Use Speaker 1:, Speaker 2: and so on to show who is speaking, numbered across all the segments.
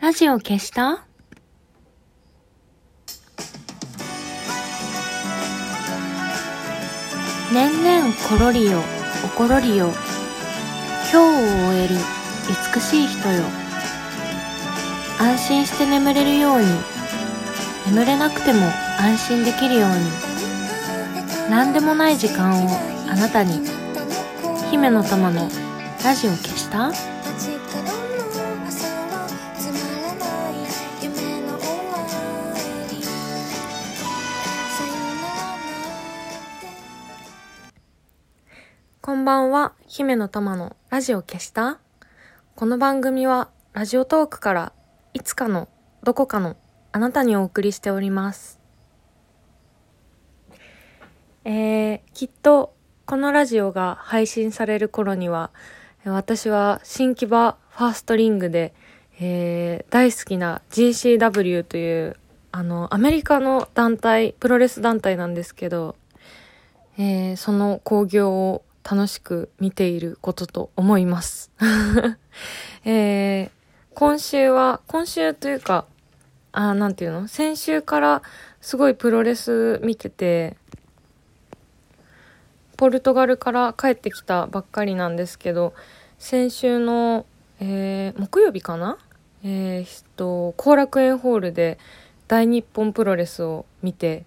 Speaker 1: ラジオ消した？年々ころりよおころりよ、今日を終える美しい人よ。安心して眠れるように、眠れなくても安心できるように、何でもない時間をあなたに。姫の玉のラジオ消した？こんばんは、姫の玉のラジオ消した？この番組はラジオトークからいつかのどこかのあなたにお送りしております。きっとこのラジオが配信される頃には、私は新木場ファーストリングで、大好きな GCW というアメリカの団体、プロレス団体なんですけど、その興行を楽しく見ていることと思います。今週というか、なんていうの？先週からすごいプロレス見てて、ポルトガルから帰ってきたばっかりなんですけど、先週の、木曜日かな？後楽園ホールで大日本プロレスを見て、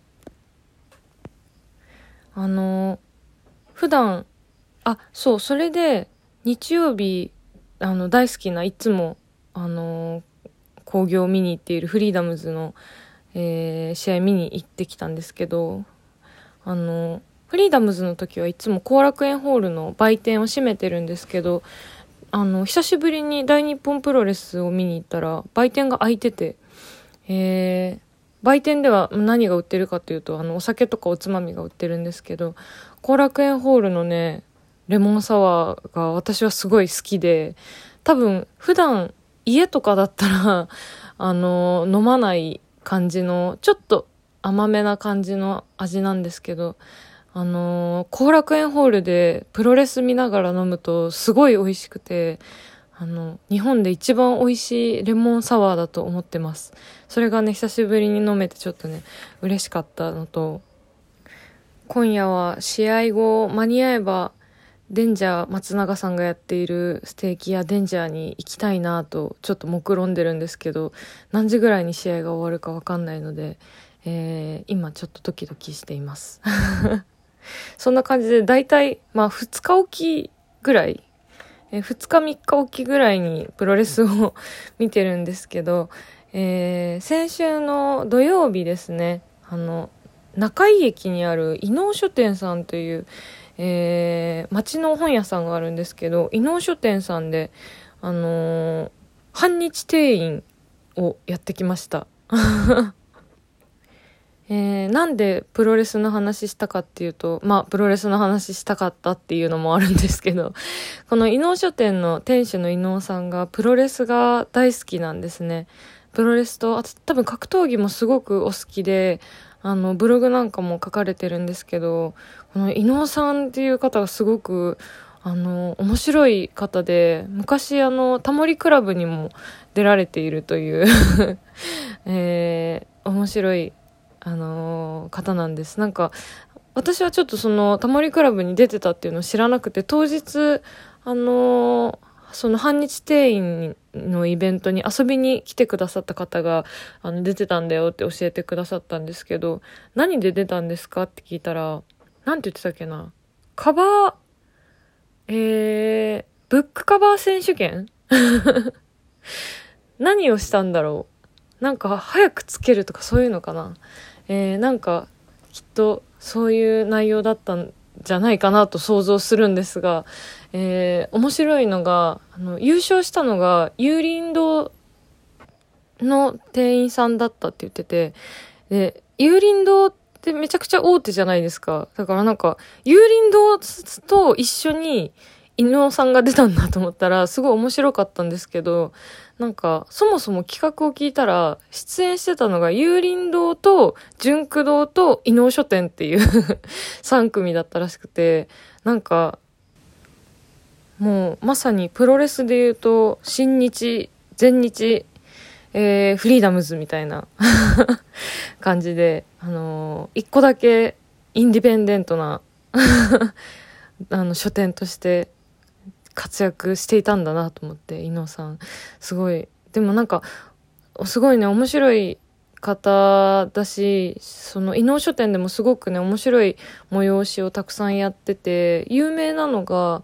Speaker 1: 普段、それで日曜日、大好きないつも、興行を見に行っているフリーダムズの、試合見に行ってきたんですけど、フリーダムズの時はいつも後楽園ホールの売店を閉めてるんですけど、久しぶりに大日本プロレスを見に行ったら売店が開いてて、売店では何が売ってるかというと、お酒とかおつまみが売ってるんですけど、後楽園ホールのね、レモンサワーが私はすごい好きで、多分普段家とかだったら飲まない感じのちょっと甘めな感じの味なんですけど、後楽園ホールでプロレス見ながら飲むとすごい美味しくて、日本で一番美味しいレモンサワーだと思ってます。それがね、久しぶりに飲めてちょっとね、嬉しかったのと、今夜は試合後間に合えばデンジャー松永さんがやっているステーキ屋デンジャーに行きたいなとちょっと目論んでるんですけど、何時ぐらいに試合が終わるか分かんないので、今ちょっとドキドキしていますそんな感じでだいたい2日おきぐらい、2日3日おきぐらいにプロレスを見てるんですけど、先週の土曜日ですね、中井駅にある伊能書店さんという、町の本屋さんがあるんですけど、伊能書店さんで半日店員をやってきましたなんでプロレスの話したかっていうと、プロレスの話したかったっていうのもあるんですけど、この伊能書店の店主の伊能さんがプロレスが大好きなんですね。プロレスと、あと多分格闘技もすごくお好きで、ブログなんかも書かれてるんですけど、この伊能さんっていう方がすごく面白い方で、昔タモリクラブにも出られているという面白い方なんです。なんか私はちょっとそのタモリクラブに出てたっていうのを知らなくて、当日その半日店員のイベントに遊びに来てくださった方が出てたんだよって教えてくださったんですけど、何で出たんですかって聞いたら、なんて言ってたっけな、カバーブックカバー選手権何をしたんだろう、なんか早くつけるとかそういうのかな、なんかきっとそういう内容だったんじゃないかなと想像するんですが、面白いのが優勝したのが有林堂の店員さんだったって言ってて、で有林堂ってめちゃくちゃ大手じゃないですか。だからなんか有林堂と一緒に伊能さんが出たんだと思ったらすごい面白かったんですけど、なんかそもそも企画を聞いたら出演してたのが有林堂と純駆堂と伊能書店っていう3組だったらしくて、なんかもうまさにプロレスで言うと新日、全日、 フリーダムズみたいな感じで、一個だけインディペンデントな書店として活躍していたんだなと思って、伊能さんすごい、でもなんかすごいね、面白い方だし、その伊能書店でもすごくね面白い催しをたくさんやってて、有名なのが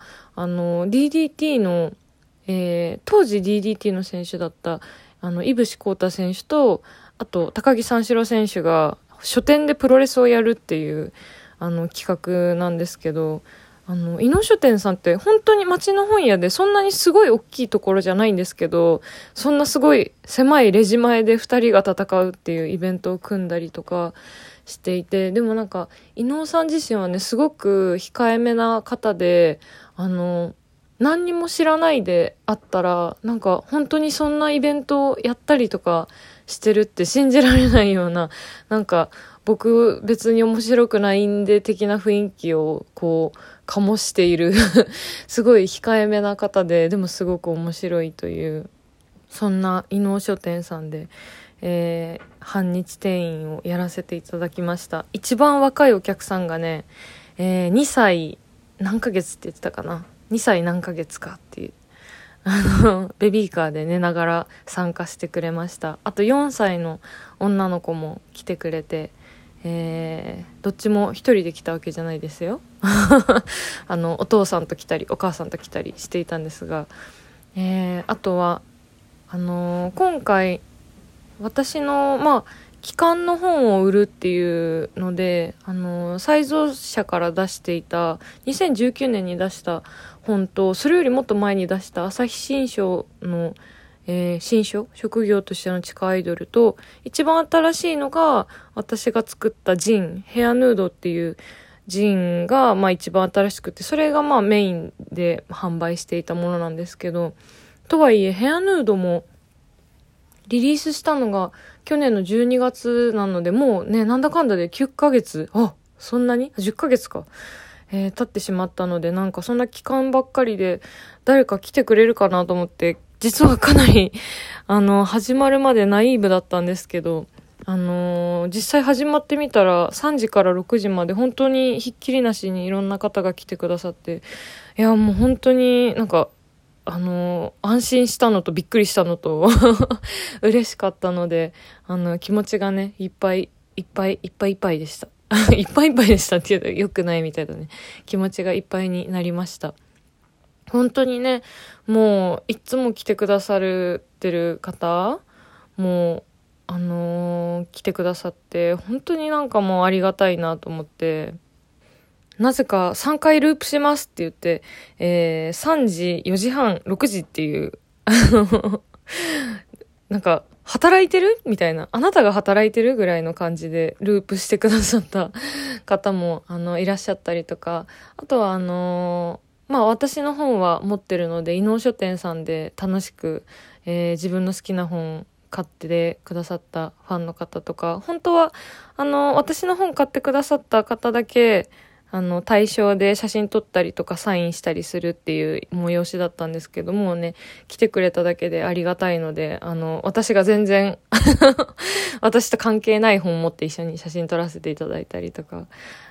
Speaker 1: DDT の、当時 DDT の選手だった井伏浩太選手と、あと高木三四郎選手が書店でプロレスをやるっていう企画なんですけど、伊能書店さんって本当に町の本屋で、そんなにすごい大きいところじゃないんですけど、そんなすごい狭いレジ前で2人が戦うっていうイベントを組んだりとかしていて、でもなんか伊能さん自身はねすごく控えめな方で、何にも知らないであったら、なんか本当にそんなイベントをやったりとかしてるって信じられないような、なんか僕別に面白くないんで的な雰囲気をこう醸しているすごい控えめな方で、でもすごく面白いという、そんな伊能書店さんで、半日店員をやらせていただきました。一番若いお客さんがね、2歳何ヶ月って言ってたかな、2歳何ヶ月かっていうベビーカーで寝ながら参加してくれました。あと4歳の女の子も来てくれて、どっちも一人で来たわけじゃないですよお父さんと来たりお母さんと来たりしていたんですが、あとは今回私の期間の本を売るっていうので、才蔵社から出していた2019年に出した本と、それよりもっと前に出した朝日新書の、新書、職業としての地下アイドルと、一番新しいのが私が作ったジン、ヘアヌードっていうジンが一番新しくて、それがメインで販売していたものなんですけど、とはいえヘアヌードもリリースしたのが去年の12月なので、もうね、なんだかんだで9ヶ月、そんなに ?10 ヶ月か。経ってしまったので、なんかそんな期間ばっかりで誰か来てくれるかなと思って、実はかなり、始まるまでナイーブだったんですけど、実際始まってみたら3時から6時まで本当にひっきりなしにいろんな方が来てくださって、いやもう本当になんか、安心したのとびっくりしたのと嬉しかったので、気持ちがね、いっぱいでした。いっぱいいっぱいでしたっていうと良くないみたいだね。気持ちがいっぱいになりました。本当にね、もういつも来てくださってる方も来てくださって、本当になんかもうありがたいなと思って、なぜか3回ループしますって言って、3時、4時半、6時っていう、なんか、働いてるみたいな、あなたが働いてるぐらいの感じでループしてくださった方も、いらっしゃったりとか、あとは私の本は持ってるので、伊能書店さんで楽しく、自分の好きな本買ってくださったファンの方とか、本当は、私の本買ってくださった方だけ、対象で写真撮ったりとかサインしたりするっていう催しだったんですけどもね、来てくれただけでありがたいので、私が全然私と関係ない本を持って一緒に写真撮らせていただいたりとか、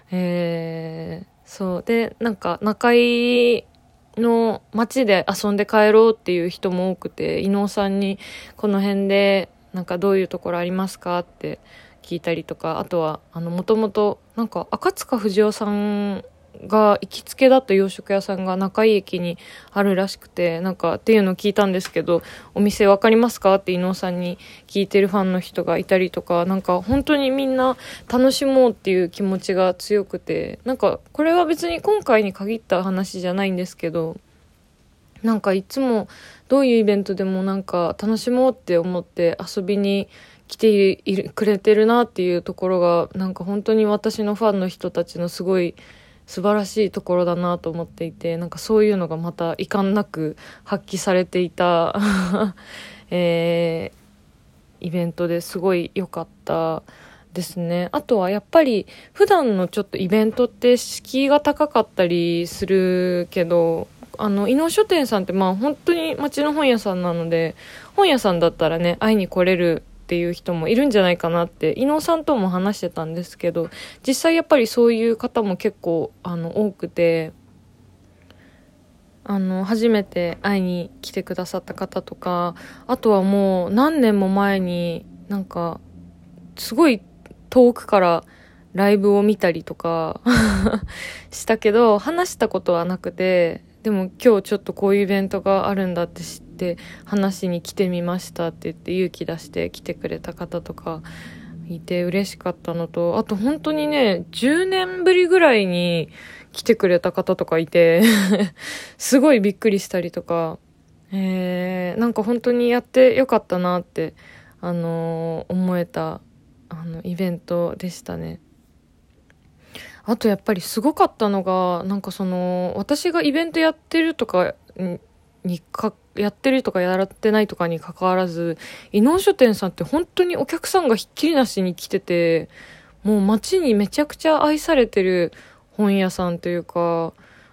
Speaker 1: そうで、なんか中井の街で遊んで帰ろうっていう人も多くて、伊能さんにこの辺でなんかどういうところありますかって聞いたりとか、あとはもともとなんか赤塚不二夫さんが行きつけだった洋食屋さんが中井駅にあるらしくて、なんかっていうのを聞いたんですけど、お店わかりますかって伊能さんに聞いてるファンの人がいたりとか、なんか本当にみんな楽しもうっていう気持ちが強くて、なんかこれは別に今回に限った話じゃないんですけど、なんかいつもどういうイベントでもなんか楽しもうって思って遊びに来てくれてるなっていうところが、なんか本当に私のファンの人たちのすごい素晴らしいところだなと思っていて、なんかそういうのがまた遺憾なく発揮されていた、イベントですごい良かったですね。あとはやっぱり普段のちょっとイベントって敷居が高かったりするけど、 伊能書店さんって本当に町の本屋さんなので、本屋さんだったらね会いに来れるっていう人もいるんじゃないかなって伊能さんとも話してたんですけど、実際やっぱりそういう方も結構多くて、初めて会いに来てくださった方とか、あとはもう何年も前になんかすごい遠くからライブを見たりとかしたけど話したことはなくて、でも今日ちょっとこういうイベントがあるんだって知って話に来てみましたって言って勇気出して来てくれた方とかいて嬉しかったのと、あと本当にね10年ぶりぐらいに来てくれた方とかいてすごいびっくりしたりとか、なんか本当にやってよかったなって思えたイベントでしたね。あとやっぱりすごかったのが、なんか私がイベントやってるとかやってるとかやってないとかに関わらず、伊能書店さんって本当にお客さんがひっきりなしに来てて、もう街にめちゃくちゃ愛されてる本屋さんというか、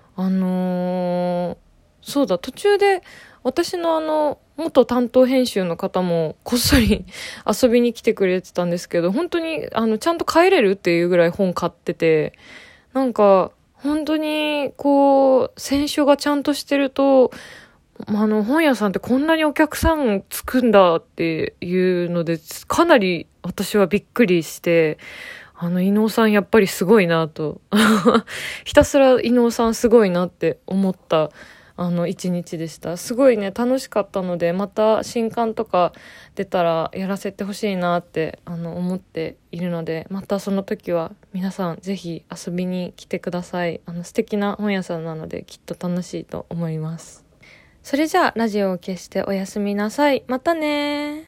Speaker 1: そうだ、途中で私の元担当編集の方もこっそり遊びに来てくれてたんですけど、本当にちゃんと帰れるっていうぐらい本買ってて、なんか本当にこう選書がちゃんとしてると、本屋さんってこんなにお客さんつくんだっていうので、かなり私はびっくりして、伊能さんやっぱりすごいなとひたすら伊能さんすごいなって思った一日でした。すごいね楽しかったので、また新刊とか出たらやらせてほしいなって思っているので、またその時は皆さんぜひ遊びに来てください。素敵な本屋さんなのできっと楽しいと思います。それじゃあラジオを消しておやすみなさい。またね。